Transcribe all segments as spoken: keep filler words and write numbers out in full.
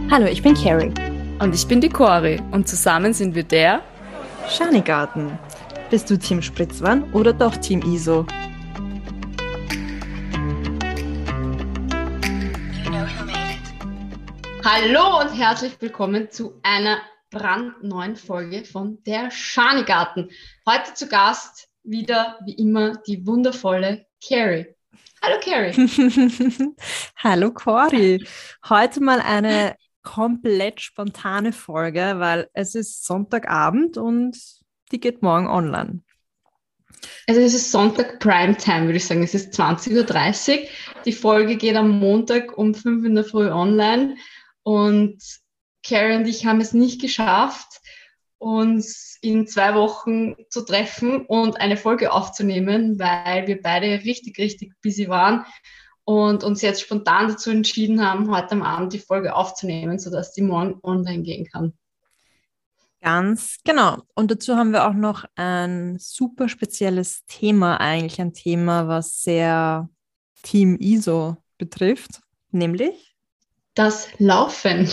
Hallo, ich bin Carrie. Und ich bin die Cori und zusammen sind wir der Schanigarten. Bist du Team Spritzwan oder doch Team I S O? Hallo und herzlich willkommen zu einer brandneuen Folge von der Schanigarten. Heute zu Gast wieder, wie immer, die wundervolle Carrie. Hallo Carrie. Hallo Cori. Heute mal eine komplett spontane Folge, weil es ist Sonntagabend und die geht morgen online. Also es ist Sonntag Primetime, würde ich sagen. Es ist zwanzig Uhr dreißig. Die Folge geht am Montag um fünf in der Früh online. Und Carrie und ich haben es nicht geschafft, uns in zwei Wochen zu treffen und eine Folge aufzunehmen, weil wir beide richtig, richtig busy waren und uns jetzt spontan dazu entschieden haben, heute am Abend die Folge aufzunehmen, sodass die morgen online gehen kann. Ganz genau. Und dazu haben wir auch noch ein super spezielles Thema, eigentlich ein Thema, was sehr Team I S O betrifft, nämlich das Laufen.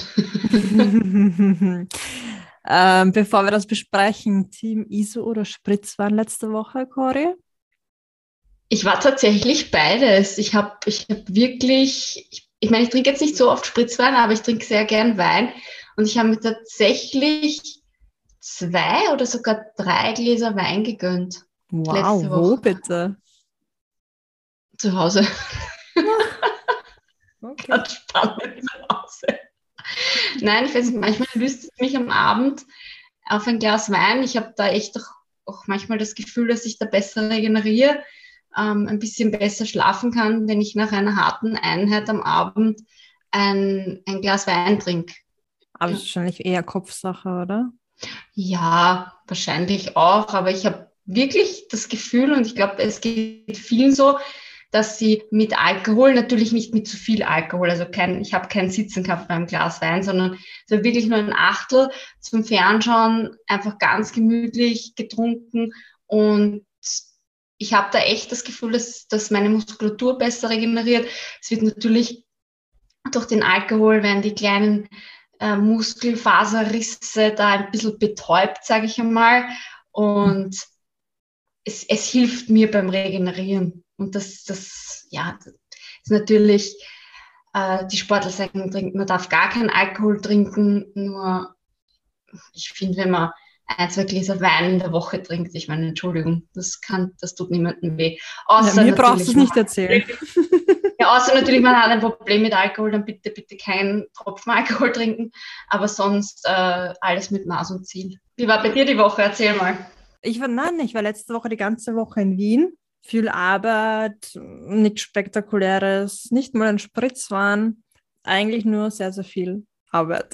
ähm, bevor wir das besprechen, Team I S O oder Spritzwan letzte Woche, Cori? Ich war tatsächlich beides. Ich habe ich hab wirklich, ich, ich meine, ich trinke jetzt nicht so oft Spritzwein, aber ich trinke sehr gern Wein. Und ich habe mir tatsächlich zwei oder sogar drei Gläser Wein gegönnt. Wow, wo bitte? Zu Hause. Okay. Ganz spannend zu Hause. Nein, ich weiß nicht, manchmal lüstet es mich am Abend auf ein Glas Wein. Ich habe da echt auch, auch manchmal das Gefühl, dass ich da besser regeneriere, ähm, ein bisschen besser schlafen kann, wenn ich nach einer harten Einheit am Abend ein, ein Glas Wein trinke. Aber ja. Wahrscheinlich eher Kopfsache, oder? Ja, wahrscheinlich auch, aber ich habe wirklich das Gefühl, und ich glaube, es geht vielen so, dass sie mit Alkohol, natürlich nicht mit zu viel Alkohol, also kein, ich habe kein Sitzen gehabt beim Glas Wein, sondern so wirklich nur ein Achtel zum Fernschauen, einfach ganz gemütlich getrunken, und ich habe da echt das Gefühl, dass, dass meine Muskulatur besser regeneriert. Es wird natürlich durch den Alkohol, werden die kleinen äh, Muskelfaserrisse da ein bisschen betäubt, sage ich einmal, und es, es hilft mir beim Regenerieren. Und das, das, ja, das ist natürlich, äh, die Sportler sagen, man darf gar keinen Alkohol trinken, nur ich finde, wenn man ein, zwei Gläser Wein in der Woche trinkt, ich meine, Entschuldigung, das kann, das tut niemandem weh. Außer ja, mir brauchst du es nicht erzählen. Ja, außer natürlich, man hat ein Problem mit Alkohol, dann bitte, bitte keinen Tropfen Alkohol trinken, aber sonst äh, alles mit Maß und Ziel. Wie war bei dir die Woche? Erzähl mal. Ich war, nein, ich war letzte Woche die ganze Woche in Wien. Viel Arbeit, nichts Spektakuläres, nicht mal ein Spritzwein, eigentlich nur sehr, sehr viel Arbeit.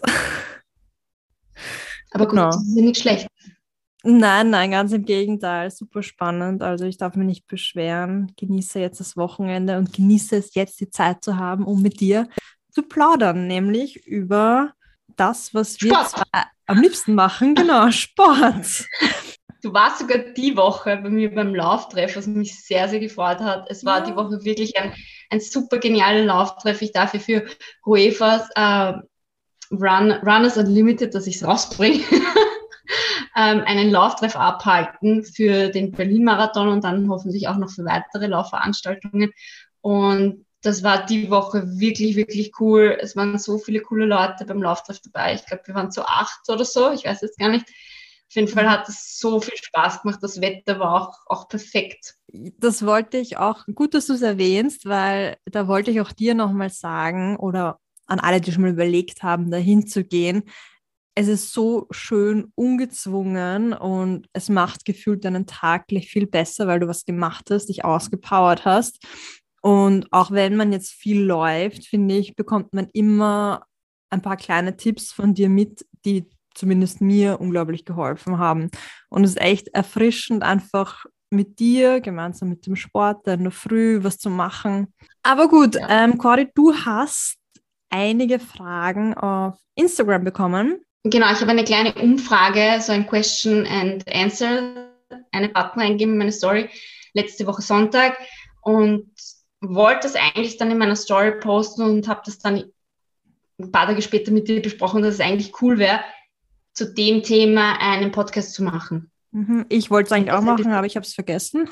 Aber gut, no. Das ist ja nicht schlecht. Nein, nein, ganz im Gegenteil, super spannend. Also ich darf mich nicht beschweren, genieße jetzt das Wochenende und genieße es jetzt, die Zeit zu haben, um mit dir zu plaudern, nämlich über das, was wir zwei am liebsten machen, genau, Sport. Du warst sogar die Woche bei mir beim Lauftreff, was mich sehr, sehr gefreut hat. Es war ja. die Woche wirklich ein, ein super genialer Lauftreff. Ich darf hier für UEFA's äh, Run, Runners Unlimited, dass ich es rausbringe, ähm, einen Lauftreff abhalten für den Berlin-Marathon und dann hoffentlich auch noch für weitere Laufveranstaltungen. Und das war die Woche wirklich, wirklich cool. Es waren so viele coole Leute beim Lauftreff dabei. Ich glaube, wir waren zu acht oder so. Ich weiß jetzt gar nicht. Auf jeden Fall hat es so viel Spaß gemacht. Das Wetter war auch, auch perfekt. Das wollte ich auch, gut, dass du es erwähnst, weil da wollte ich auch dir nochmal sagen oder an alle, die schon mal überlegt haben, dahin zu gehen. Es ist so schön ungezwungen und es macht gefühlt deinen Tag gleich viel besser, weil du was gemacht hast, dich ausgepowert hast. Und auch wenn man jetzt viel läuft, finde ich, bekommt man immer ein paar kleine Tipps von dir mit, die zumindest mir unglaublich geholfen haben. Und es ist echt erfrischend, einfach mit dir, gemeinsam mit dem Sport, in der Früh was zu machen. Aber gut, ja. ähm, Cori, du hast einige Fragen auf Instagram bekommen. Genau, ich habe eine kleine Umfrage, so ein Question and Answer, eine Button eingeben in meine Story, letzte Woche Sonntag, und wollte das eigentlich dann in meiner Story posten und habe das dann ein paar Tage später mit dir besprochen, dass es eigentlich cool wäre, zu dem Thema einen Podcast zu machen. Mhm. Ich wollte es eigentlich auch machen, aber ich habe es vergessen.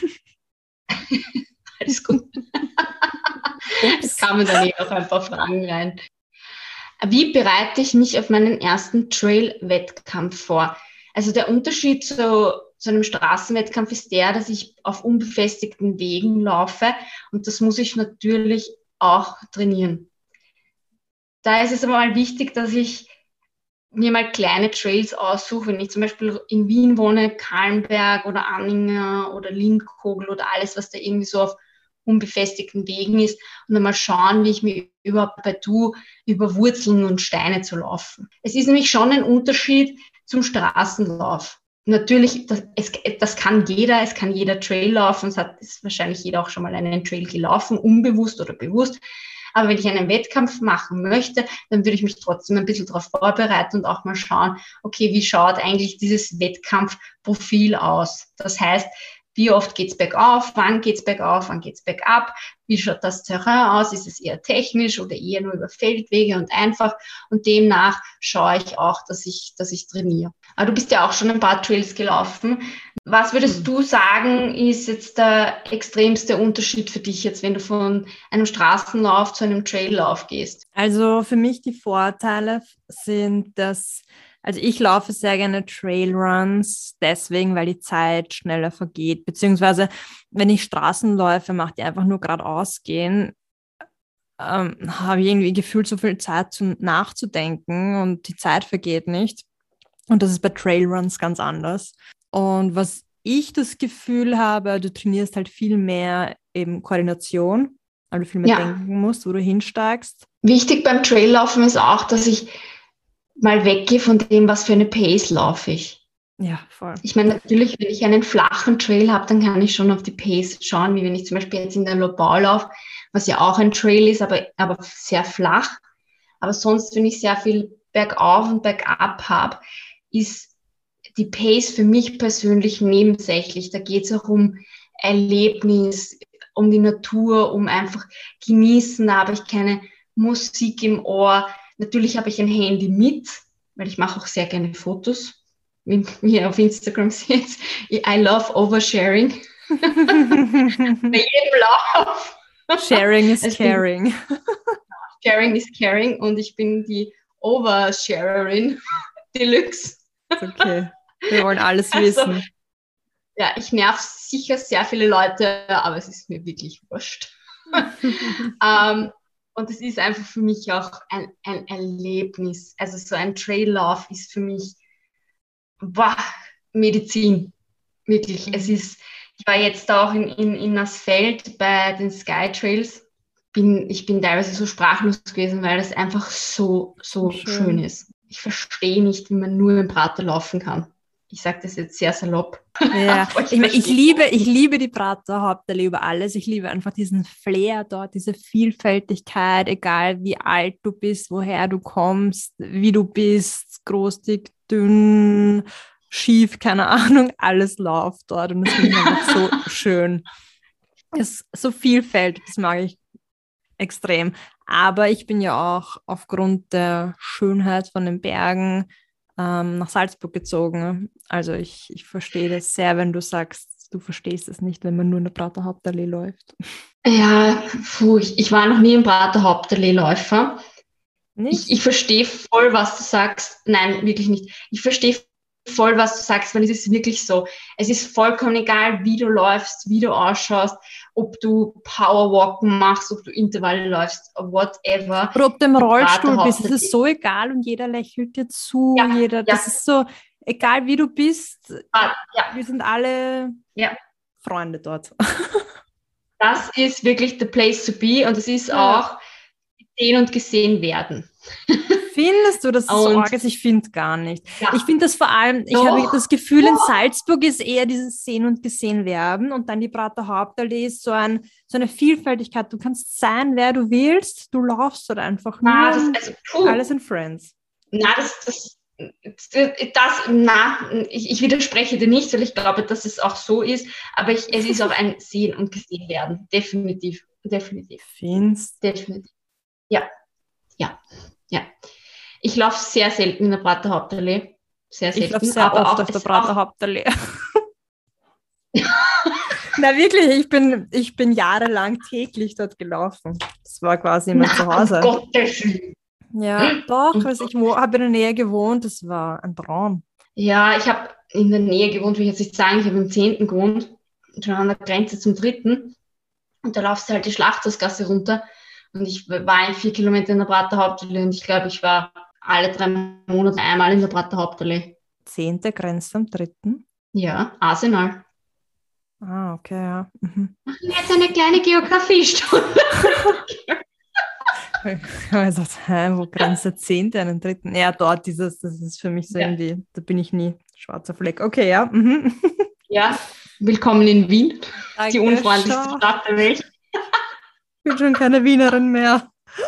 Alles gut. Es kamen dann eh noch ein paar Fragen rein. Wie bereite ich mich auf meinen ersten Trail-Wettkampf vor? Also der Unterschied zu, zu einem Straßenwettkampf ist der, dass ich auf unbefestigten Wegen laufe und das muss ich natürlich auch trainieren. Da ist es aber mal wichtig, dass ich mir mal kleine Trails aussuche. Wenn ich zum Beispiel in Wien wohne, Kahlenberg oder Anninger oder Lindkogel oder alles, was da irgendwie so auf unbefestigten Wegen ist und dann mal schauen, wie ich mir überhaupt bei du über Wurzeln und Steine zu laufen. Es ist nämlich schon ein Unterschied zum Straßenlauf. Natürlich, das, es, das kann jeder, es kann jeder Trail laufen, es hat ist wahrscheinlich jeder auch schon mal einen Trail gelaufen, unbewusst oder bewusst. Aber wenn ich einen Wettkampf machen möchte, dann würde ich mich trotzdem ein bisschen darauf vorbereiten und auch mal schauen, okay, wie schaut eigentlich dieses Wettkampfprofil aus? Das heißt, wie oft geht's bergauf, wann geht's bergauf, wann geht's bergab, wie schaut das Terrain aus, ist es eher technisch oder eher nur über Feldwege und einfach und demnach schaue ich auch, dass ich, dass ich trainiere. Aber du bist ja auch schon ein paar Trails gelaufen. Was würdest du sagen, ist jetzt der extremste Unterschied für dich jetzt, wenn du von einem Straßenlauf zu einem Traillauf gehst? Also für mich die Vorteile sind, dass Also ich laufe sehr gerne Trailruns, deswegen, weil die Zeit schneller vergeht. Beziehungsweise, wenn ich Straßenläufe mache, die einfach nur geradeaus gehen, ähm, habe ich irgendwie gefühlt so viel Zeit zum Nachzudenken und die Zeit vergeht nicht. Und das ist bei Trailruns ganz anders. Und was ich das Gefühl habe, du trainierst halt viel mehr eben Koordination, weil du viel mehr Ja. denken musst, wo du hinsteigst. Wichtig beim Traillaufen ist auch, dass ich mal weggehe von dem, was für eine Pace laufe ich. Ja, voll. Ich meine, natürlich, wenn ich einen flachen Trail habe, dann kann ich schon auf die Pace schauen, wie wenn ich zum Beispiel jetzt in der Lobau laufe, was ja auch ein Trail ist, aber, aber sehr flach. Aber sonst, wenn ich sehr viel bergauf und bergab habe, ist die Pace für mich persönlich nebensächlich. Da geht es auch um Erlebnis, um die Natur, um einfach genießen. Da habe ich keine Musik im Ohr. Natürlich habe ich ein Handy mit, weil ich mache auch sehr gerne Fotos, wie ihr auf Instagram seht. I love oversharing. Bei jedem Lauf. Sharing is Also caring. Sharing is caring und ich bin die Oversharerin Deluxe. Okay, wir wollen alles Also, wissen. ja, ich nerv sicher sehr viele Leute, aber es ist mir wirklich wurscht. ähm, und es ist einfach für mich auch ein, ein Erlebnis. Also so ein Traillauf ist für mich boah, Medizin. Wirklich. Mhm. Es ist, ich war jetzt auch in, in, in Nassfeld bei den Sky Trails. Bin, ich bin teilweise so sprachlos gewesen, weil das einfach so, so schön. schön ist. Ich verstehe nicht, wie man nur im Prater laufen kann. Ich sage das jetzt sehr salopp. Ja, ich, ich, ich, liebe, ich liebe die Prater Hauptallee über alles. Ich liebe einfach diesen Flair dort, diese Vielfältigkeit, egal wie alt du bist, woher du kommst, wie du bist, groß, dick, dünn, schief, keine Ahnung, alles läuft dort und es ist einfach so schön. Es ist so vielfältig, das mag ich extrem. Aber ich bin ja auch aufgrund der Schönheit von den Bergen ähm, nach Salzburg gezogen. Also ich, ich verstehe das sehr, wenn du sagst, du verstehst es nicht, wenn man nur in der Prater Hauptallee läuft. Ja, puh, ich, ich war noch nie im Prater Hauptallee-Läufer. Ich, ich verstehe voll, was du sagst. Nein, wirklich nicht. Ich verstehe voll, was du sagst, weil es ist wirklich so. Es ist vollkommen egal, wie du läufst, wie du ausschaust, ob du Powerwalken machst, ob du Intervalle läufst, whatever. Oder ob du im Rollstuhl bist, es ist so egal und jeder lächelt dir zu, ja, jeder, ja. das ist so, egal wie du bist, ah, ja. wir sind alle ja. Freunde dort. Das ist wirklich the place to be und es ist ja. auch gesehen und gesehen werden. Findest du, dass das so arg ist? Ich finde gar nicht. Ja. Ich finde das vor allem, ich Doch. habe das Gefühl, in Salzburg ist eher dieses Sehen und Gesehen werden und dann die Prater Hauptallee ist so, ein, so eine Vielfältigkeit. Du kannst sein, wer du willst, du laufst dort einfach na, nur. Das, also, alles in Friends. Na, das, das, das, das na, ich, ich widerspreche dir nicht, weil ich glaube, dass es auch so ist, aber ich, es ist auch ein Sehen und Gesehen werden. Definitiv. Definitiv. Findest Definitiv. Ja. Ja. Ja. Ich laufe sehr selten in der Prater Hauptallee. Sehr selten. Ich laufe sehr aber oft auch, auf der es Prater auch, Hauptallee. Na wirklich, ich bin, ich bin jahrelang täglich dort gelaufen. Das war quasi mein Na, um Zuhause. Gottes Willen. Ja, doch, Um also ich habe in der Nähe gewohnt, das war ein Traum. Ja, ich habe in der Nähe gewohnt, will ich jetzt nicht sagen, ich habe im zehnten gewohnt, schon an der Grenze zum dritten. Und da laufst du halt die Schlachtersgasse runter. Und ich war in vier Kilometer in der Prater Hauptallee und ich glaube, ich war alle drei Monate einmal in der Prater Hauptallee. Zehnte grenzt am dritten. Ja, Arsenal. Ah, okay, ja. Mhm. Machen wir jetzt eine kleine Geografiestunde. Also, hä, wo grenzt der zehnte an den dritten? Ja, dort dieses, das ist für mich so Ja. irgendwie, da bin ich nie. Schwarzer Fleck. Okay, ja. Mhm. Ja, willkommen in Wien, Danke, die unfreundlichste schau. Stadt der Welt. Ich bin schon keine Wienerin mehr.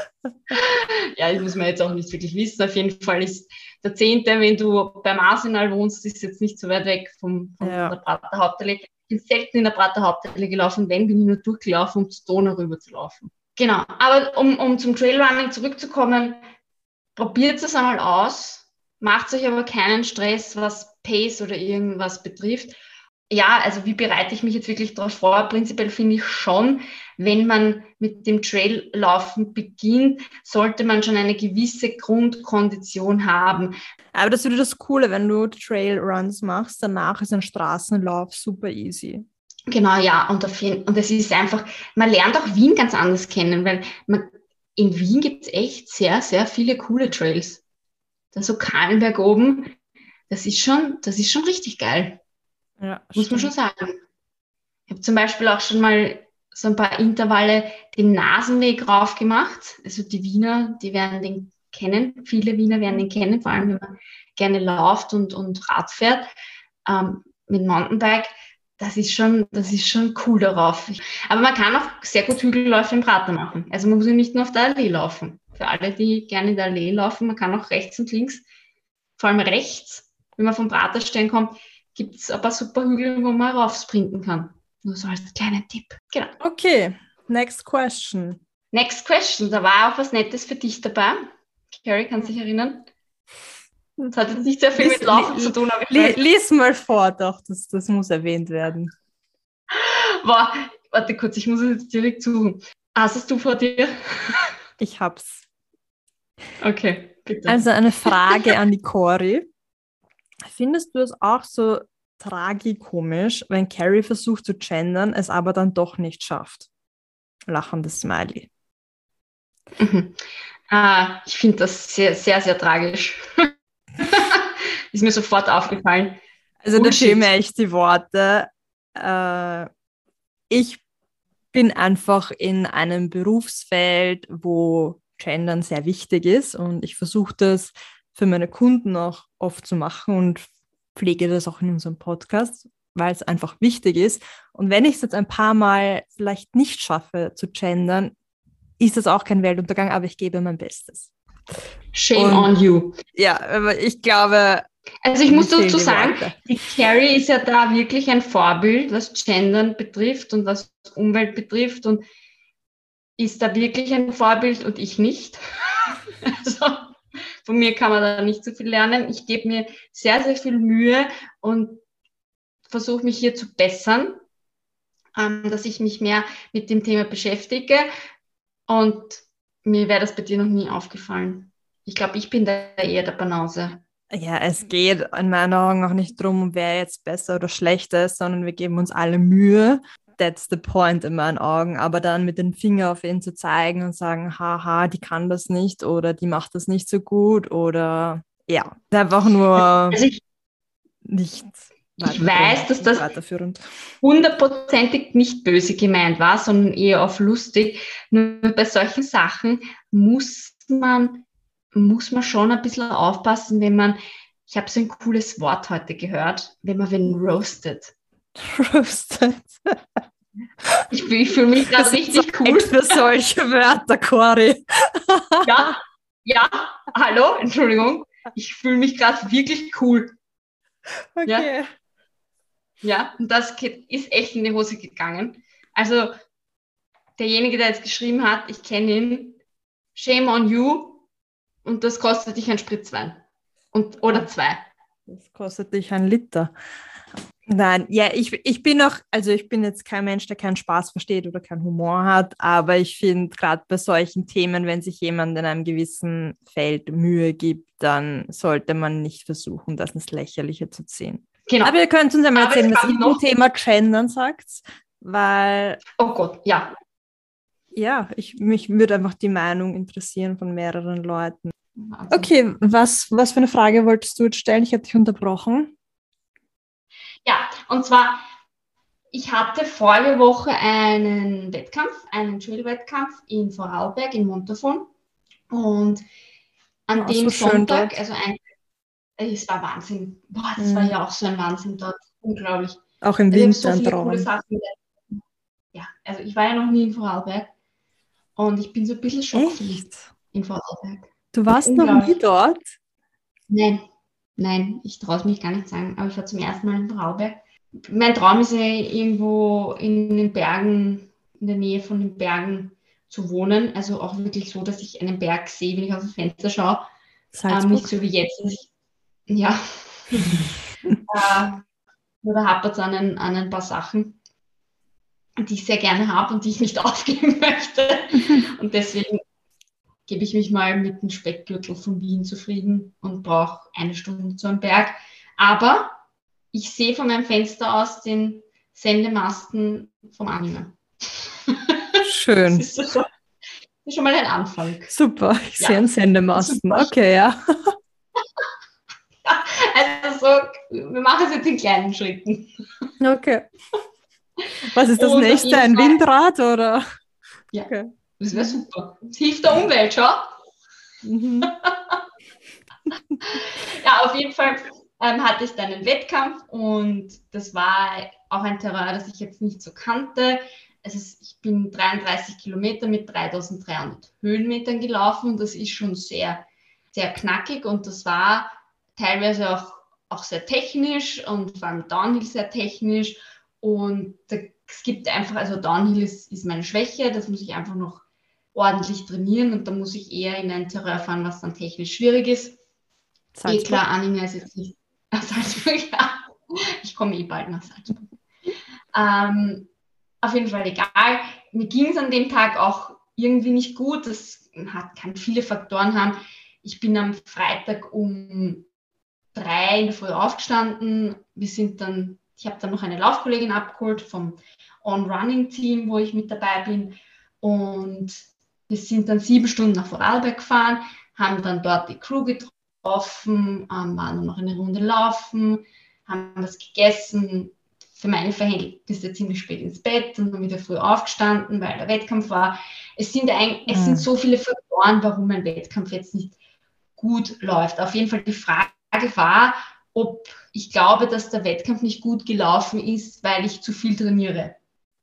Ja, das muss man jetzt auch nicht wirklich wissen. Auf jeden Fall ist der zehnte, wenn du beim Arsenal wohnst, ist jetzt nicht so weit weg vom, von Ja. der Prater Hauptallee. Ich bin selten in der Prater Hauptallee gelaufen, wenn, bin ich nur durchgelaufen, um zur Donau rüber zu laufen. Genau, aber um, um zum Trailrunning zurückzukommen, probiert es einmal aus, macht euch aber keinen Stress, was Pace oder irgendwas betrifft. Ja, also wie bereite ich mich jetzt wirklich darauf vor? Prinzipiell finde ich schon, wenn man mit dem Traillaufen beginnt, sollte man schon eine gewisse Grundkondition haben. Aber das ist wieder das Coole, wenn du Trailruns machst, danach ist ein Straßenlauf super easy. Genau, ja, und, auf jeden, und es ist einfach, man lernt auch Wien ganz anders kennen, weil man, in Wien gibt es echt sehr, sehr viele coole Trails. Da so Kahlenberg oben, das ist schon, das ist schon richtig geil. Ja, Muss man stimmt. schon sagen. Ich habe zum Beispiel auch schon mal so ein paar Intervalle den Nasenweg rauf gemacht. Also die Wiener, die werden den kennen. Viele Wiener werden den kennen, vor allem wenn man gerne läuft und, und Rad fährt. Ähm, mit Mountainbike, das ist schon, das ist schon cool darauf. Aber man kann auch sehr gut Hügelläufe im Prater machen. Also man muss ja nicht nur auf der Allee laufen. Für alle, die gerne in der Allee laufen, man kann auch rechts und links, vor allem rechts, wenn man vom Praterstein kommt, gibt es ein paar super Hügel, wo man raufsprinten kann. Nur so als kleinen Tipp. Genau. Okay, next question. Next question. Da war auch was Nettes für dich dabei. Carrie, kannst du dich erinnern? Das hat jetzt nicht sehr viel Lies, mit Laufen li, zu tun, aber ich li, weiß. lies mal vor, doch, das, das muss erwähnt werden. Boah, warte kurz, ich muss es jetzt direkt suchen. Hast es du vor dir? Ich hab's. Okay, bitte. Also eine Frage an die Cori. Findest du es auch so tragikomisch, wenn Carrie versucht zu gendern, es aber dann doch nicht schafft? Lachendes Smiley. Mhm. Ah, ich finde das sehr, sehr, sehr tragisch. Ist mir sofort aufgefallen. Also da Bullshit. fehlen mir echt die Worte. Äh, ich bin einfach in einem Berufsfeld, wo Gendern sehr wichtig ist und ich versuche das für meine Kunden auch oft zu machen und pflege das auch in unserem Podcast, weil es einfach wichtig ist. Und wenn ich es jetzt ein paar Mal vielleicht nicht schaffe zu gendern, ist das auch kein Weltuntergang, aber ich gebe mein Bestes. Shame Und, on you. Ja, aber ich glaube... Also ich muss dazu die sagen, Worte. die Carrie ist ja da wirklich ein Vorbild, was Gendern betrifft und was Umwelt betrifft und ist da wirklich ein Vorbild und ich nicht. Also von mir kann man da nicht so viel lernen. Ich gebe mir sehr, sehr viel Mühe und versuche mich hier zu bessern, ähm, dass ich mich mehr mit dem Thema beschäftige und mir wäre das bei dir noch nie aufgefallen. Ich glaube, ich bin da eher der Banause. Ja, es geht in meinen Augen auch nicht darum, wer jetzt besser oder schlechter ist, sondern wir geben uns alle Mühe. That's the point in meinen Augen. Aber dann mit dem Finger auf ihn zu zeigen und sagen, haha, die kann das nicht oder die macht das nicht so gut oder ja, einfach nur Also ich, nicht ich weiß, dass das weiterführend. hundertprozentig nicht böse gemeint war, sondern eher auf lustig. Nur bei solchen Sachen muss man muss man schon ein bisschen aufpassen, wenn man, ich habe so ein cooles Wort heute gehört, wenn man wen roastet. Roasted. Ich, ich fühle mich gerade richtig cool. Für solche Wörter, Cori. Ja, ja, hallo, Entschuldigung. Ich fühle mich gerade wirklich cool. Okay. Ja, ja, und das ist echt in die Hose gegangen. Also derjenige, der jetzt geschrieben hat, ich kenne ihn, shame on you. und das kostet dich ein Spritzwein. Und, oder zwei. Das kostet dich ein Liter. Nein, ja, ich, ich bin auch, also ich bin jetzt kein Mensch, der keinen Spaß versteht oder keinen Humor hat, aber ich finde, gerade bei solchen Themen, wenn sich jemand in einem gewissen Feld Mühe gibt, dann sollte man nicht versuchen, das ins Lächerliche zu ziehen. Genau. Aber ihr könnt uns einmal Aber erzählen, es was ihr kam zum Thema Gendern sagt, weil, Oh Gott, ja. ja, ich, mich würde einfach die Meinung interessieren von mehreren Leuten. Wahnsinn. Okay, was, was für eine Frage wolltest du jetzt stellen? Ich habe dich unterbrochen. Ja, und zwar, ich hatte vorige Woche einen Wettkampf, einen Trail-Wettkampf in Vorarlberg, in Montafon. Und an Oh, dem so schön Sonntag, dort. also ein, es war Wahnsinn. Boah, das war Mhm. ja auch so ein Wahnsinn dort. Unglaublich. Auch im Also ich habe so Winter ein viele coole Traum. Sachen. Ja, also ich war ja noch nie in Vorarlberg und ich bin so ein bisschen schockverliebt Echt? in Vorarlberg. Du warst noch Unglaublich. nie dort? Nein, nein, ich traue es mich gar nicht sagen, aber ich war zum ersten Mal in Vorarlberg. Mein Traum ist ja irgendwo in den Bergen, in der Nähe von den Bergen zu wohnen. Also auch wirklich so, dass ich einen Berg sehe, wenn ich aus dem Fenster schaue. Ähm, nicht Salzburg? so wie jetzt. Dass ich, ja, äh, da hapert es an, ein- an ein paar Sachen, die ich sehr gerne habe und die ich nicht aufgeben möchte. Und deswegen gebe ich mich mal mit dem Speckgürtel von Wien zufrieden und brauche eine Stunde zu einem Berg. Aber ich sehe von meinem Fenster aus den Sendemasten vom Anime. Das Schön. ist schon, das ist schon mal ein Anfang. Super. Ich sehe Ja, einen Sendemasten. super. Okay, ja. Also so, wir machen es jetzt in kleinen Schritten. Okay. Was ist das Und auf nächste? jeden Ein Fall, Windrad oder? ja, Okay. das wäre super. Es hilft der Umwelt, schau. Mhm. Ja, auf jeden Fall ähm, hatte ich dann einen Wettkampf und das war auch ein Terrain, das ich jetzt nicht so kannte. Es ist, ich bin dreiunddreißig Kilometer mit dreitausenddreihundert Höhenmetern gelaufen und das ist schon sehr, sehr knackig und das war teilweise auch, auch sehr technisch und vor allem Downhill sehr technisch und da, es gibt einfach, also Downhill ist, ist meine Schwäche, das muss ich einfach noch ordentlich trainieren und da muss ich eher in ein Terrain fahren, was dann technisch schwierig ist. Eh Salzburg? klar, Anime ist jetzt nicht nach Salzburg, ja. Ich komme eh bald nach Salzburg. Ähm, auf jeden Fall egal. Mir ging es an dem Tag auch irgendwie nicht gut. Das hat, kann viele Faktoren haben. Ich bin am Freitag um drei in der Früh aufgestanden. Wir sind dann, ich habe dann noch eine Laufkollegin abgeholt vom On-Running-Team, wo ich mit dabei bin. Und wir sind dann sieben Stunden nach Vorarlberg gefahren, haben dann dort die Crew getroffen, ähm, waren noch eine Runde laufen, haben was gegessen. Für meine Verhältnisse ziemlich spät ins Bett und dann wieder früh aufgestanden, weil der Wettkampf war. Es sind, ein, es sind so viele Faktoren, warum ein Wettkampf jetzt nicht gut läuft. Auf jeden Fall die Frage war, ob ich glaube, dass der Wettkampf nicht gut gelaufen ist, weil ich zu viel trainiere.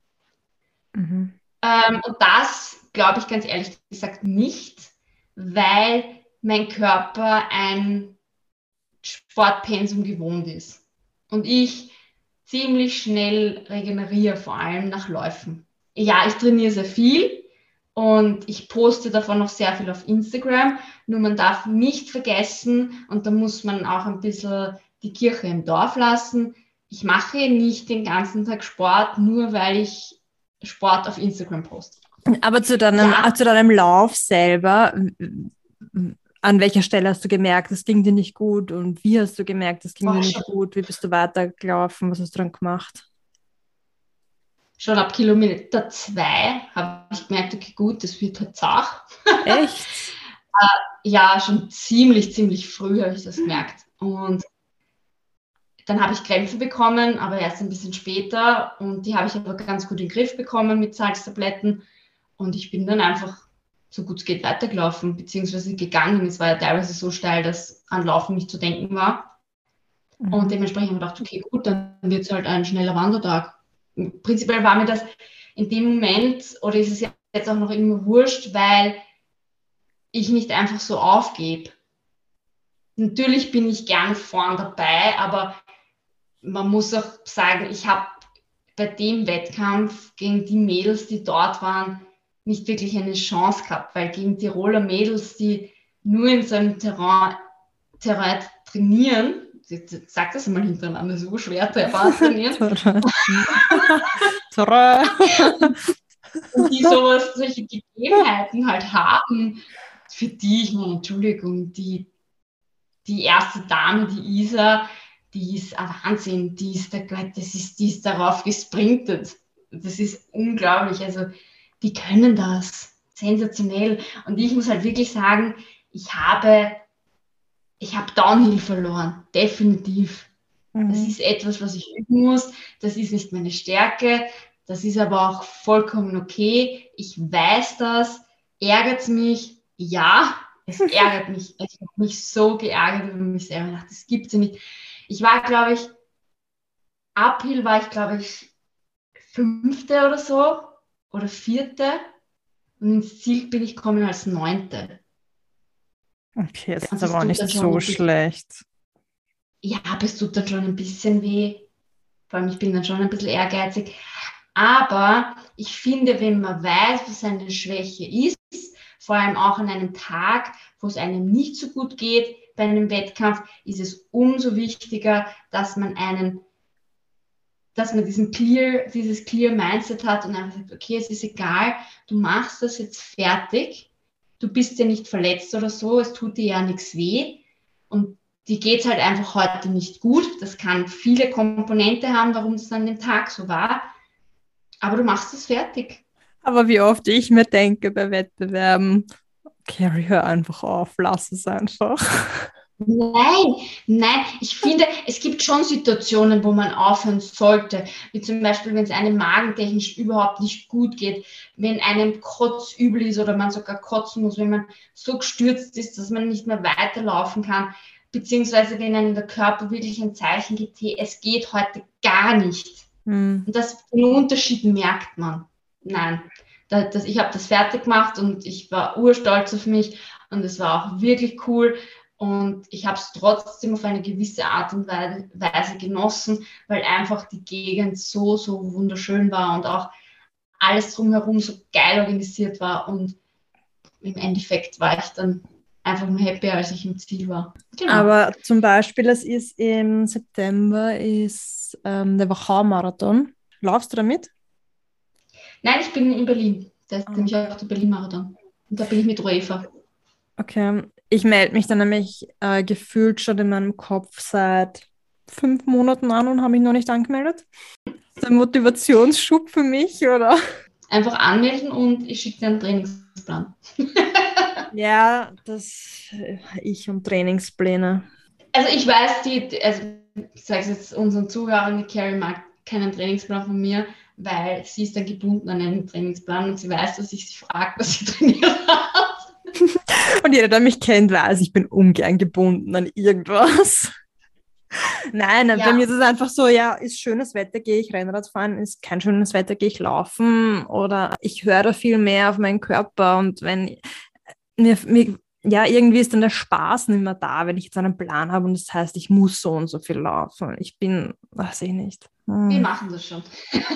Mhm. Ähm, und das glaube ich ganz ehrlich gesagt nicht, weil mein Körper ein Sportpensum gewohnt ist. Und ich ziemlich schnell regeneriere, vor allem nach Läufen. Ja, ich trainiere sehr viel und ich poste davon noch sehr viel auf Instagram. Nur man darf nicht vergessen, und da muss man auch ein bisschen die Kirche im Dorf lassen, ich mache nicht den ganzen Tag Sport, nur weil ich Sport auf Instagram poste. Aber zu deinem, Ja. zu deinem Lauf selber, an welcher Stelle hast du gemerkt, es ging dir nicht gut und wie hast du gemerkt, es ging Boah, dir nicht schon, gut? Wie bist du weitergelaufen? Was hast du dann gemacht? schon ab Kilometer zwei habe ich gemerkt, okay, gut, das wird halt zart. Echt? Ja, schon ziemlich, ziemlich früh habe ich das gemerkt. Und dann habe ich Krämpfe bekommen, aber erst ein bisschen später. Und die habe ich aber ganz gut in den Griff bekommen mit Salztabletten. Und ich bin dann einfach, so gut es geht, weitergelaufen, beziehungsweise gegangen. Es war ja teilweise so steil, dass an Laufen nicht zu denken war. Mhm. Und dementsprechend habe ich gedacht, okay, gut, dann wird es halt ein schneller Wandertag. Prinzipiell war mir das in dem Moment, oder ist es jetzt auch noch immer wurscht, weil ich nicht einfach so aufgebe. Natürlich bin ich gern vorn dabei, aber man muss auch sagen, ich habe bei dem Wettkampf gegen die Mädels, die dort waren, nicht wirklich eine Chance gehabt, weil gegen Tiroler Mädels, die nur in so einem Terrain, Terrain trainieren, sag das mal hintereinander, so schwer Terrain trainieren, und die sowas, solche Gegebenheiten halt haben, für die, ich meine, Entschuldigung, die, die erste Dame, die Isa, die ist ein Wahnsinn, die ist, der, das ist, die ist darauf gesprintet. Das ist unglaublich, also die können das, sensationell. Und ich muss halt wirklich sagen, ich habe, ich habe Downhill verloren, definitiv. Mhm. Das ist etwas, was ich üben muss, das ist nicht meine Stärke, das ist aber auch vollkommen okay. Ich weiß das, ärgert es mich, ja, es ärgert mich. Ich habe mich so geärgert über mich selber. Ich dachte, das gibt es ja nicht. Ich war, glaube ich, Uphill war ich, glaube ich, fünfte oder so oder vierte. Und ins Ziel bin ich gekommen als neunte. Okay, das ist aber auch nicht so schlecht. Ja, aber es tut dann schon ein bisschen weh. Vor allem, ich bin dann schon ein bisschen ehrgeizig. Aber ich finde, wenn man weiß, was eine Schwäche ist, vor allem auch an einem Tag, wo es einem nicht so gut geht bei einem Wettkampf, ist es umso wichtiger, dass man einen, dass man diesen clear, dieses clear Mindset hat und einfach sagt, okay, es ist egal, du machst das jetzt fertig, du bist ja nicht verletzt oder so, es tut dir ja nichts weh und dir geht es halt einfach heute nicht gut. Das kann viele Komponente haben, warum es an dem Tag so war. Aber du machst es fertig. Aber wie oft ich mir denke bei Wettbewerben, Carrie, hör einfach auf, lass es einfach. Nein, nein, ich finde, es gibt schon Situationen, wo man aufhören sollte, wie zum Beispiel, wenn es einem magentechnisch überhaupt nicht gut geht, wenn einem kotzübel ist oder man sogar kotzen muss, wenn man so gestürzt ist, dass man nicht mehr weiterlaufen kann, beziehungsweise wenn einem der Körper wirklich ein Zeichen gibt, hey, es geht heute gar nicht. Hm. Und das, den Unterschied merkt man. Nein, das, das, ich habe das fertig gemacht und ich war urstolz auf mich und es war auch wirklich cool. Und ich habe es trotzdem auf eine gewisse Art und Weise genossen, weil einfach die Gegend so, so wunderschön war und auch alles drumherum so geil organisiert war. Und im Endeffekt war ich dann einfach nur happy, als ich im Ziel war. Genau. Aber zum Beispiel, es ist im September ist ähm, der Wachau-Marathon. Laufst du damit? Nein, ich bin in Berlin. Da ist oh. nämlich auch der Berlin-Marathon. Und da bin ich mit UEFA. Okay. Ich melde mich dann nämlich äh, gefühlt schon in meinem Kopf seit fünf Monaten an und habe mich noch nicht angemeldet. Das ist ein Motivationsschub für mich, oder? Einfach anmelden und ich schicke dir einen Trainingsplan. Ja, das ich und Trainingspläne. Also ich weiß, die, also ich sage es jetzt unseren Zuhörern, die Carrie mag keinen Trainingsplan von mir, weil sie ist dann gebunden an einen Trainingsplan und sie weiß, dass ich sie frage, was sie trainiert hat. Und jeder, der mich kennt, weiß, ich bin ungern gebunden an irgendwas. Nein, ja. Bei mir ist es einfach so, ja, ist schönes Wetter, gehe ich Rennrad fahren, ist kein schönes Wetter, gehe ich laufen oder ich höre da viel mehr auf meinen Körper und wenn mir, mir ja, irgendwie ist dann der Spaß nicht mehr da, wenn ich jetzt einen Plan habe und das heißt, ich muss so und so viel laufen. Ich bin, weiß ich nicht. Hm. Wir machen das schon.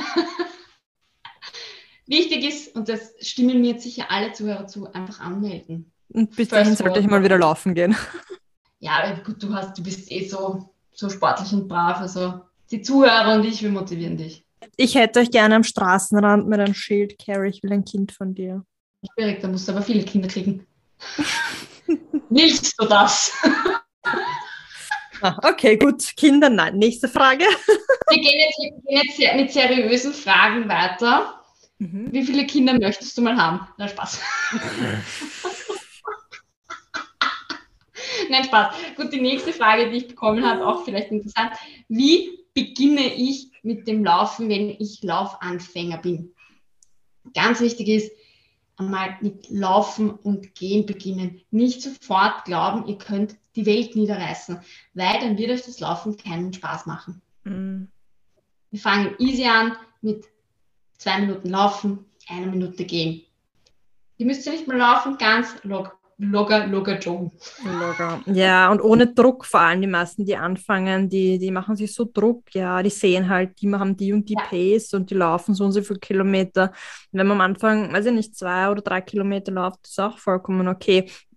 Wichtig ist, und das stimmen mir jetzt sicher alle Zuhörer zu, einfach anmelden. Und bis dahin sollte ich mal wieder laufen gehen. Ja, gut, du hast, du bist eh so, so sportlich und brav. Also die Zuhörer und ich, wir motivieren dich. Ich hätte euch gerne am Straßenrand mit einem Schild, Carrie, ich will ein Kind von dir. Schwierig, da musst du aber viele Kinder kriegen. Willst du das? Ah, okay, gut. Kinder, nein. Nächste Frage. Wir gehen jetzt, wir gehen jetzt mit seriösen Fragen weiter. Mhm. Wie viele Kinder möchtest du mal haben? Na, Spaß. Nein, Spaß. Gut, die nächste Frage, die ich bekommen habe, auch vielleicht interessant. Wie beginne ich mit dem Laufen, wenn ich Laufanfänger bin? Ganz wichtig ist, einmal mit Laufen und Gehen beginnen. Nicht sofort glauben, ihr könnt die Welt niederreißen, weil dann wird euch das Laufen keinen Spaß machen. Mhm. Wir fangen easy an mit zwei Minuten Laufen, eine Minute Gehen. Ihr müsst ja nicht mal laufen, ganz locker, locker, locker joggen. Locker. Ja, und ohne Druck vor allem. Die meisten, die anfangen, die, die machen sich so Druck. Ja, die sehen halt, die machen die und die ja. Pace und die laufen so und so viele Kilometer. Und wenn man am Anfang, weiß ich nicht, zwei oder drei Kilometer läuft, ist auch vollkommen okay.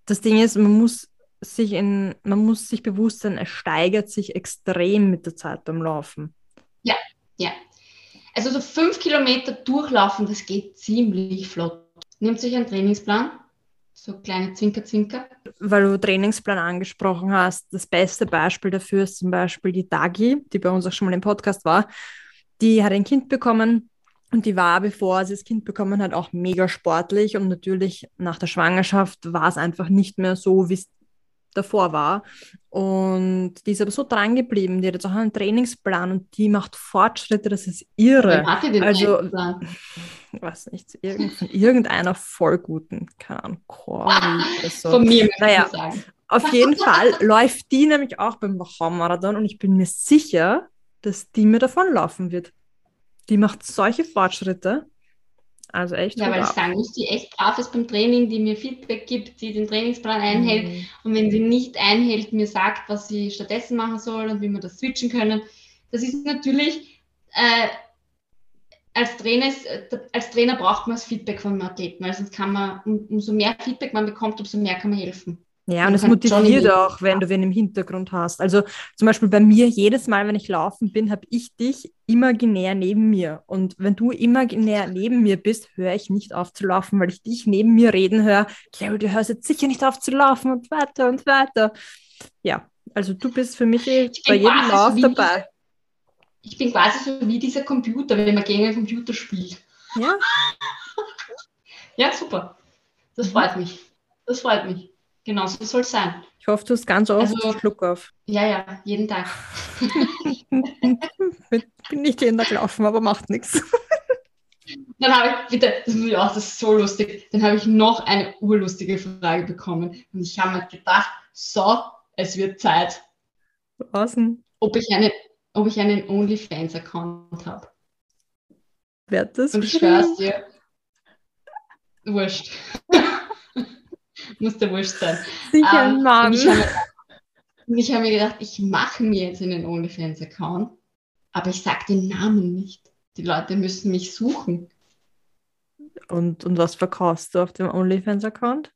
das Ding ist, man muss sich in, man muss sich bewusst sein, es steigert sich extrem mit der Zeit beim Laufen. Ja, ja. Also so fünf Kilometer durchlaufen, das geht ziemlich flott. Nehmt euch einen Trainingsplan, so kleine Zwinker-Zwinker. Weil du Trainingsplan angesprochen hast, das beste Beispiel dafür ist zum Beispiel die Dagi, die bei uns auch schon mal im Podcast war. Die hat ein Kind bekommen und die war, bevor sie das Kind bekommen hat, auch mega sportlich. Und natürlich nach der Schwangerschaft war es einfach nicht mehr so, wie es davor war. Und die ist aber so dran geblieben. Die hat jetzt auch einen Trainingsplan und die macht Fortschritte, das ist irre. Hat die den Also, Trainingsplan? ich weiß nicht, irgend, von irgendeiner voll guten, keine Ahnung, Corey oder so. Von mir möchte Naja, ich sagen. auf jeden Fall läuft die nämlich auch beim Wachau-Marathon und ich bin mir sicher, dass die mir davonlaufen wird. Die macht solche Fortschritte. Also echt Ja, Hut weil ich ab. sagen muss, die echt brav ist beim Training, die mir Feedback gibt, die den Trainingsplan einhält. Mhm. Und wenn sie nicht einhält, mir sagt, was sie stattdessen machen soll und wie wir das switchen können. Das ist natürlich, äh, als, Trainer, ist- äh, als Trainer braucht man das Feedback von einem Athleten, weil sonst kann man, um, umso mehr Feedback man bekommt, umso mehr kann man helfen. Ja, Man und es kann Johnny motiviert Wilson auch, wenn du wen im Hintergrund hast. Also zum Beispiel bei mir, jedes Mal, wenn ich laufen bin, habe ich dich imaginär neben mir. Und wenn du imaginär neben mir bist, höre ich nicht auf zu laufen, weil ich dich neben mir reden höre. Claire, du hörst jetzt sicher nicht auf zu laufen und weiter und weiter. Ja, also du bist für mich eh Ich bei bin jedem quasi so Lauf wie dabei. Ich bin quasi so wie dieser Computer, wenn man gegen einen Computer spielt. Ja, Ja, super. Das Mhm. freut mich. Das freut mich. Genau, so soll es sein. ich hoffe, du hast ganz oft Also- Schluck auf. Ja, ja, jeden Tag. Bin nicht jeden Tag gelaufen, aber macht nichts. Dann habe ich, bitte, das muss ich auch, das ist so lustig. Dann habe ich noch eine urlustige Frage bekommen. Und ich habe mir gedacht, so, es wird Zeit, Außen. ob ich, eine, ob ich einen OnlyFans-Account habe. Wer hat das Und ich geschrieben? schwör's dir, wurscht. Muss der wurscht sein. Sicher Ähm, ein Mann. Und ich habe und ich habe mir gedacht, ich mache mir jetzt einen OnlyFans-Account, aber ich sage den Namen nicht. Die Leute müssen mich suchen. Und, und was verkaufst du auf dem OnlyFans-Account?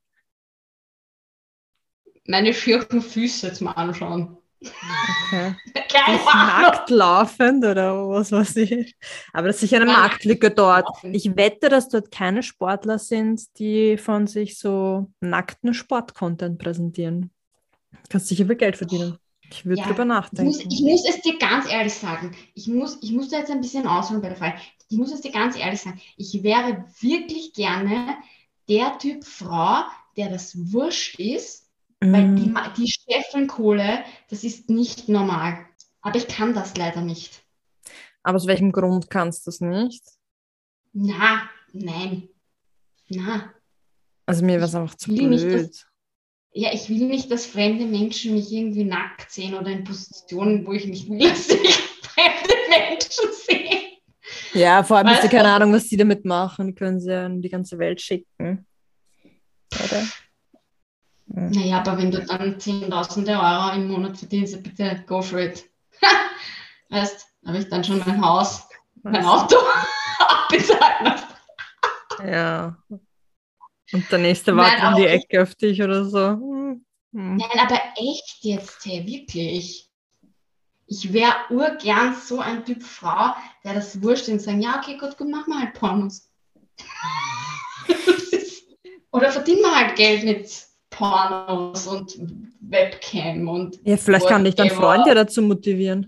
Meine schirchen Füße zum Anschauen. Okay. Keine Ist Ahnung. nackt laufend oder was weiß ich. Aber das ist sicher eine Nein, Marktlücke dort. laufend. Ich wette, dass dort keine Sportler sind, die von sich so nackten Sport-Content präsentieren. Du kannst sicher viel Geld verdienen. Ich würde Ja, drüber Ich muss, nachdenken. ich muss es dir ganz ehrlich sagen. Ich muss, ich muss da jetzt ein bisschen ausholen bei der Frage. Ich muss es dir ganz ehrlich sagen. Ich wäre wirklich gerne der Typ Frau, der das wurscht ist, weil die, Mm, Ma- die Steffenkohle, das ist nicht normal. Aber ich kann das leider nicht. aber aus welchem Grund kannst du es nicht? Na, nein. Na. Also mir wäre es einfach zu will nicht, blöd. dass- Ja, ich will nicht, dass fremde Menschen mich irgendwie nackt sehen oder in Positionen, wo ich nicht will, dass sich fremde Menschen sehen. Ja, vor allem hast du Weißt du? keine Ahnung, was die damit machen. Die können sie ja in die ganze Welt schicken. Oder? Hm. Naja, aber wenn du dann zehntausende Euro im Monat verdienst, bitte go for it. Weißt, habe ich dann schon mein Haus, mein Auto abbezahlt. Ja. Und der nächste Nein, wartet um die aber ich- Ecke auf dich oder so. Hm. Hm. Nein, aber echt jetzt, hey, wirklich. Ich wäre urgern so ein Typ Frau, der das wurscht und sagen, ja, okay, gut, gut, machen wir halt Pornos. Das ist- Oder verdienen wir halt Geld mit Pornos und Webcam und Ja, vielleicht kann dich dein whatever. Freund ja dazu motivieren.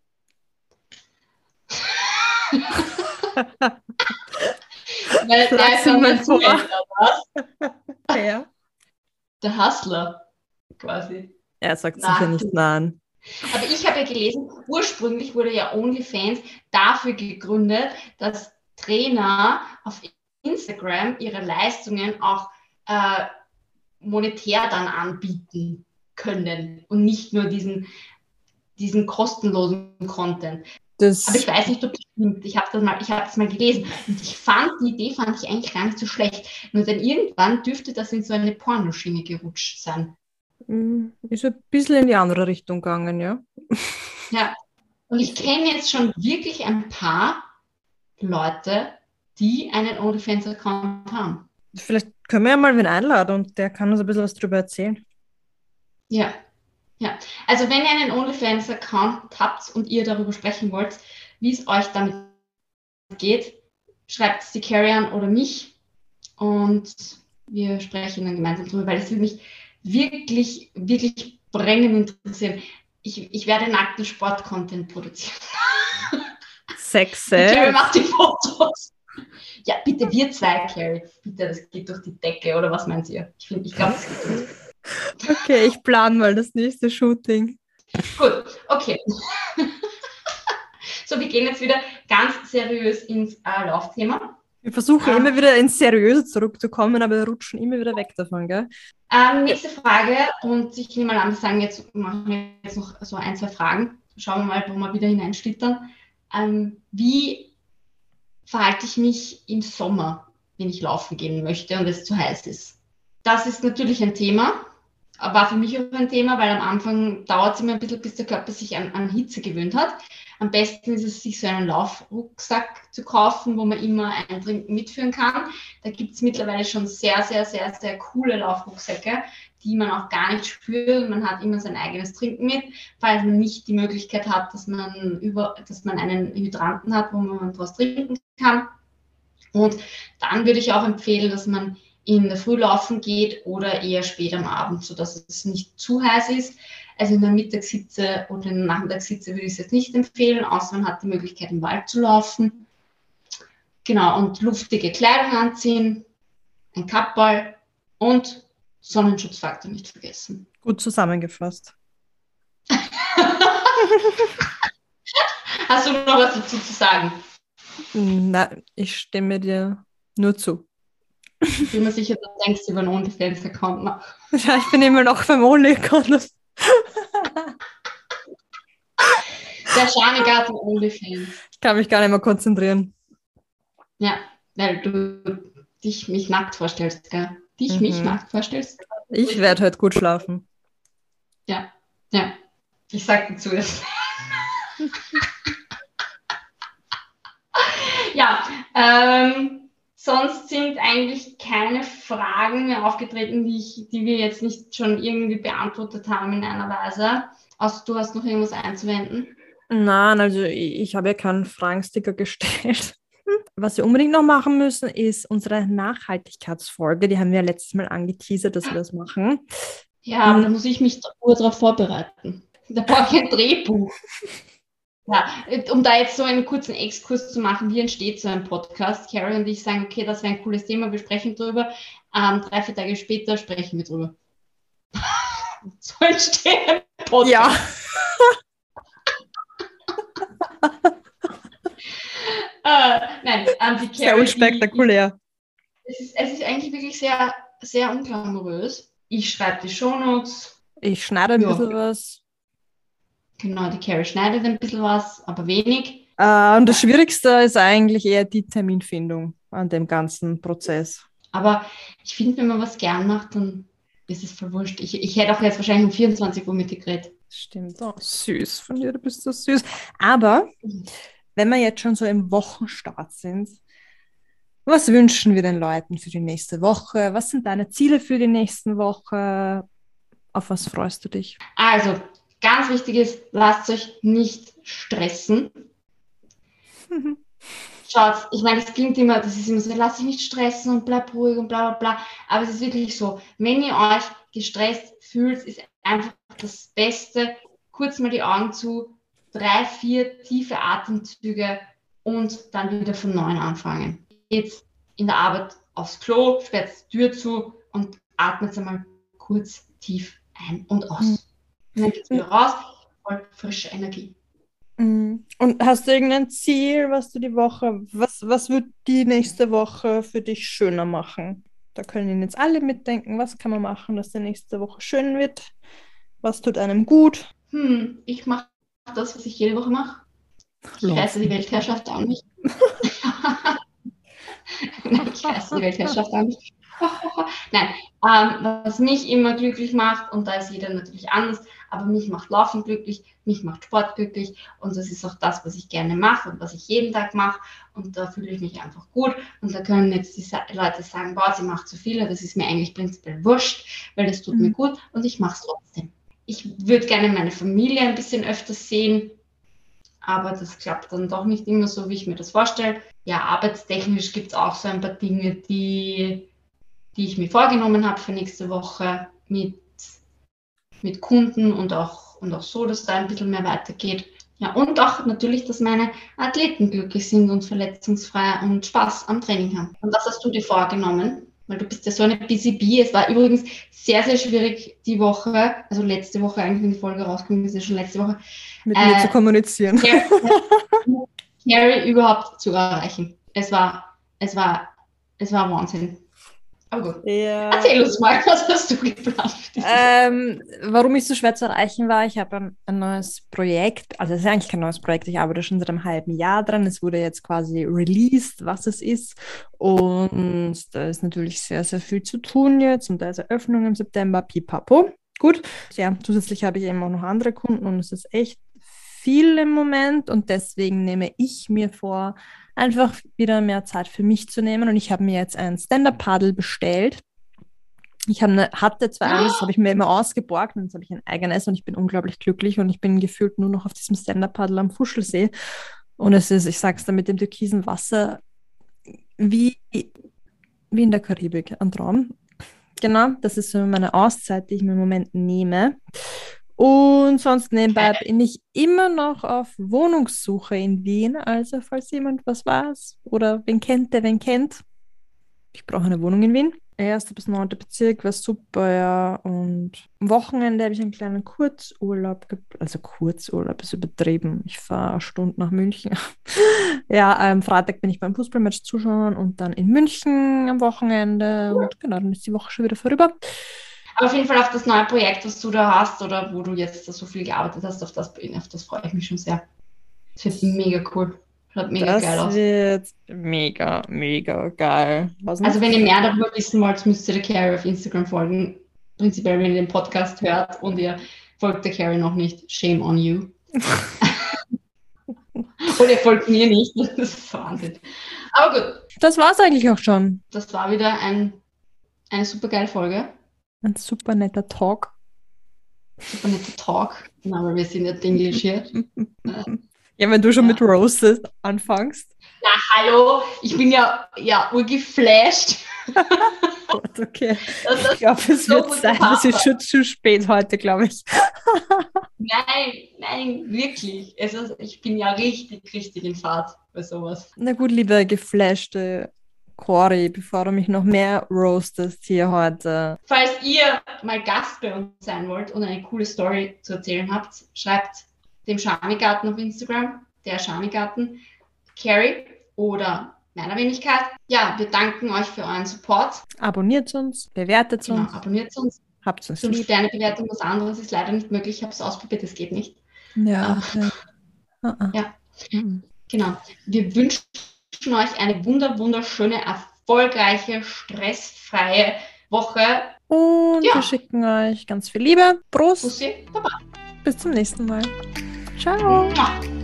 Weil der Schlag's ist dann ihm mal mein vor. Zuhälter, was? Ja. Der Hustler, quasi. Er sagt Na, sicher nicht nein. Aber ich habe ja gelesen, ursprünglich wurde ja OnlyFans dafür gegründet, dass Trainer auf Instagram ihre Leistungen auch äh, monetär dann anbieten können und nicht nur diesen, diesen kostenlosen Content. Das, Aber ich weiß nicht, ob das stimmt. Ich habe das, mal- ich hab das mal gelesen und ich fand, die Idee fand ich eigentlich gar nicht so schlecht. Nur dann irgendwann dürfte das in so eine Pornoschiene gerutscht sein. mm, ist ein bisschen in die andere Richtung gegangen, ja. Ja. Und ich kenne jetzt schon wirklich ein paar Leute, die einen OnlyFans-Account haben. Vielleicht Können wir ja mal wen einladen und der kann uns ein bisschen was drüber erzählen. Ja, ja. Also wenn ihr einen OnlyFans-Account habt und ihr darüber sprechen wollt, wie es euch damit geht, schreibt es die Carrie an oder mich und wir sprechen dann gemeinsam drüber, weil es würde mich wirklich, wirklich brennend interessieren. Ich, ich werde nackten Sport-Content produzieren. Sex, Die Carrie Sex. macht die Fotos. Ja, bitte, wir zwei, Carrie. Bitte, das geht durch die Decke, oder was meint ihr? Ich, find- ich glaube, das geht durch. Okay, ich plane mal das nächste Shooting. Gut, okay. So, wir gehen jetzt wieder ganz seriös ins äh, Laufthema. Wir versuchen Ah. immer wieder ins Seriöse zurückzukommen, aber wir rutschen immer wieder weg davon, gell? Ähm, nächste Frage, und ich nehme mal an, wir sagen jetzt, machen wir jetzt noch so ein, zwei Fragen. Schauen wir mal, wo wir wieder hineinschlittern. Ähm, wie verhalte ich mich im Sommer, wenn ich laufen gehen möchte und es zu heiß ist? Das ist natürlich ein Thema, war für mich auch ein Thema, weil am Anfang dauert es immer ein bisschen, bis der Körper sich an, an Hitze gewöhnt hat. Am besten ist es, sich so einen Laufrucksack zu kaufen, wo man immer ein Trinken mitführen kann. Da gibt es mittlerweile schon sehr, sehr, sehr, sehr coole Laufrucksäcke, die man auch gar nicht spürt. Man hat immer sein eigenes Trinken mit, falls man nicht die Möglichkeit hat, dass man, über, dass man einen Hydranten hat, wo man daraus trinken kann. Und dann würde ich auch empfehlen, dass man in der Früh laufen geht oder eher spät am Abend, sodass es nicht zu heiß ist. Also in der Mittagshitze oder in der Nachmittagshitze würde ich es jetzt nicht empfehlen, außer man hat die Möglichkeit, im Wald zu laufen. Genau, und luftige Kleidung anziehen, ein Kapperl und Sonnenschutzfaktor nicht vergessen. Gut zusammengefasst. Hast du noch was dazu zu sagen? Na, ich stimme dir nur zu. Ich bin mir sicher, du denkst über einen OnlyFans-Account nach. Ja, ich bin immer noch beim OnlyAccount. Der Schanigarten OnlyFans. Ich kann mich gar nicht mehr konzentrieren. Ja, weil du dich mich nackt vorstellst, gell? Dich Mhm. mich nackt vorstellst. Ich werde heute gut schlafen. Ja, ja. Ich sag dazu jetzt. Ja, ähm, sonst sind eigentlich keine Fragen mehr aufgetreten, die, ich, die wir jetzt nicht schon irgendwie beantwortet haben in einer Weise. Außer du hast noch irgendwas einzuwenden. Nein, also ich, ich habe ja keinen Fragensticker gestellt. Was wir unbedingt noch machen müssen, ist unsere Nachhaltigkeitsfolge. Die haben wir ja letztes Mal angeteasert, dass wir das machen. Ja, aber da muss ich mich nur darauf vorbereiten. Da brauche ich ein Drehbuch. Ja, um da jetzt so einen kurzen Exkurs zu machen, wie entsteht so ein Podcast? Carrie und ich sagen, okay, das wäre ein cooles Thema, wir sprechen drüber. Ähm, drei, vier Tage später sprechen wir drüber. So entsteht ein Podcast. Ja. Äh, nein, ähm, die Sehr Carrie, unspektakulär. die, es, ist, es ist eigentlich wirklich sehr, sehr unglamourös. Ich schreibe die Shownotes. Ich schneide ein Ja. bisschen was. Genau, die Carrie schneidet ein bisschen was, aber wenig. Äh, und das Schwierigste ist eigentlich eher die Terminfindung an dem ganzen Prozess. Aber ich finde, wenn man was gern macht, dann ist es voll wurscht. Ich, ich hätte auch jetzt wahrscheinlich um vierundzwanzig Uhr mit dir geredet. Stimmt. Oh, süß von dir, du bist so süß. Aber wenn wir jetzt schon so im Wochenstart sind, was wünschen wir den Leuten für die nächste Woche? Was sind deine Ziele für die nächste Woche? Auf was freust du dich? Also, ganz wichtig ist, lasst euch nicht stressen. Schaut, ich meine, es klingt immer, das ist immer so, lasst euch nicht stressen und bleib ruhig und bla bla bla. Aber es ist wirklich so, wenn ihr euch gestresst fühlt, ist einfach das Beste, kurz mal die Augen zu, drei, vier tiefe Atemzüge und dann wieder von neuem anfangen. Jetzt in der Arbeit aufs Klo, sperrt die Tür zu und atmet einmal kurz tief ein und aus. Mhm. Und dann geht es wieder raus, voll frische Energie. Und hast du irgendein Ziel, was du die Woche, was, was wird die nächste Woche für dich schöner machen? Da können jetzt alle mitdenken, was kann man machen, dass die nächste Woche schön wird? Was tut einem gut? Hm, ich mache das, was ich jede Woche mache. Ich Laufen. reiße die Weltherrschaft an mich. Nein, ich reiße die Weltherrschaft an mich. Nein, ähm, was mich immer glücklich macht, und da ist jeder natürlich anders, aber mich macht Laufen glücklich, mich macht Sport glücklich und das ist auch das, was ich gerne mache und was ich jeden Tag mache und da fühle ich mich einfach gut und da können jetzt die Leute sagen, boah, sie macht zu viel, das ist mir eigentlich prinzipiell wurscht, weil das tut mhm. mir gut und ich mache es trotzdem. Ich würde gerne meine Familie ein bisschen öfters sehen, aber das klappt dann doch nicht immer so, wie ich mir das vorstelle. Ja, arbeitstechnisch gibt es auch so ein paar Dinge, die, die ich mir vorgenommen habe für nächste Woche mit, mit Kunden und auch, und auch so, dass da ein bisschen mehr weitergeht. Ja, und auch natürlich, dass meine Athleten glücklich sind und verletzungsfrei und Spaß am Training haben. Und was hast du dir vorgenommen? Weil du bist ja so eine Busy Bee. Es war übrigens sehr, sehr schwierig die Woche, also letzte Woche eigentlich, wenn die Folge rauskommt, ist ja schon letzte Woche, mit äh, mir zu kommunizieren. Carrie überhaupt zu erreichen. Es war, es war, es war Wahnsinn. Aber gut. Ja. Erzähl uns mal, was hast du geplant? Ähm, warum ich so schwer zu erreichen war, ich habe ein, ein neues Projekt, also es ist eigentlich kein neues Projekt, ich arbeite schon seit einem halben Jahr dran, es wurde jetzt quasi released, was es ist und da ist natürlich sehr, sehr viel zu tun jetzt und da ist Eröffnung im September, pipapo. Gut, ja, zusätzlich habe ich eben auch noch andere Kunden und es ist echt viel im Moment und deswegen nehme ich mir vor, einfach wieder mehr Zeit für mich zu nehmen und ich habe mir jetzt ein Stand-Up-Paddle bestellt. Ich eine, hatte zwar eines, das habe ich mir immer ausgeborgt und jetzt habe ich ein eigenes und ich bin unglaublich glücklich und ich bin gefühlt nur noch auf diesem Stand-Up-Paddle am Fuschelsee und es ist, ich sag's da mit dem türkisen Wasser, wie, wie in der Karibik, ein Traum. Genau, das ist so meine Auszeit, die ich mir im Moment nehme. Und sonst nebenbei bin ich immer noch auf Wohnungssuche in Wien. Also falls jemand was weiß oder wen kennt, der wen kennt. Ich brauche eine Wohnung in Wien. Erster bis neunter Bezirk wäre super, ja. Und am Wochenende habe ich einen kleinen Kurzurlaub. Also Kurzurlaub ist übertrieben. Ich fahre eine Stunde nach München. Ja, am Freitag bin ich beim Fußballmatch zuschauen und dann in München am Wochenende. Und genau, dann ist die Woche schon wieder vorüber. Aber auf jeden Fall auf das neue Projekt, was du da hast oder wo du jetzt so viel gearbeitet hast, auf das, auf das freue ich mich schon sehr. Das wird mega cool. Schaut mega das geil aus. Das wird mega, mega geil. Also wenn ihr mehr darüber wissen wollt, müsst ihr der Carrie auf Instagram folgen. Prinzipiell, wenn ihr den Podcast hört und ihr folgt der Carrie noch nicht, shame on you. Und ihr folgt mir nicht, das ist Wahnsinn. Aber gut. Das war es eigentlich auch schon. Das war wieder ein, eine super geile Folge. Ein super netter Talk. Super netter Talk. Na, aber wir sind ja Englisch hier. Ja, wenn du schon ja. mit Roasted anfängst. Na, hallo, ich bin ja, ja urgeflasht. Gut, okay. Das, das ich glaube, es so wird sein, es ist schon zu spät heute, glaube ich. Nein, nein, wirklich. Also, ich bin ja richtig, richtig in Fahrt bei sowas. Na gut, liebe geflashte Cori, bevor du mich noch mehr roastest hier heute. Falls ihr mal Gast bei uns sein wollt und eine coole Story zu erzählen habt, schreibt dem Schamigarten auf Instagram, der Schamigarten, Carrie oder meiner Wenigkeit. Ja, wir danken euch für euren Support. Abonniert uns, bewertet genau, uns. abonniert uns. Habt uns fünf Sterne Bewertung, was anderes ist leider nicht möglich. Ich habe es ausprobiert, es geht nicht. Ja. Okay. Uh, uh-uh. Ja, mhm. Genau. Wir wünschen euch eine wunder, wunderschöne, erfolgreiche, stressfreie Woche. Und ja. wir schicken euch ganz viel Liebe. Prost. Bussi, Baba. Bis zum nächsten Mal. Ciao. Ja.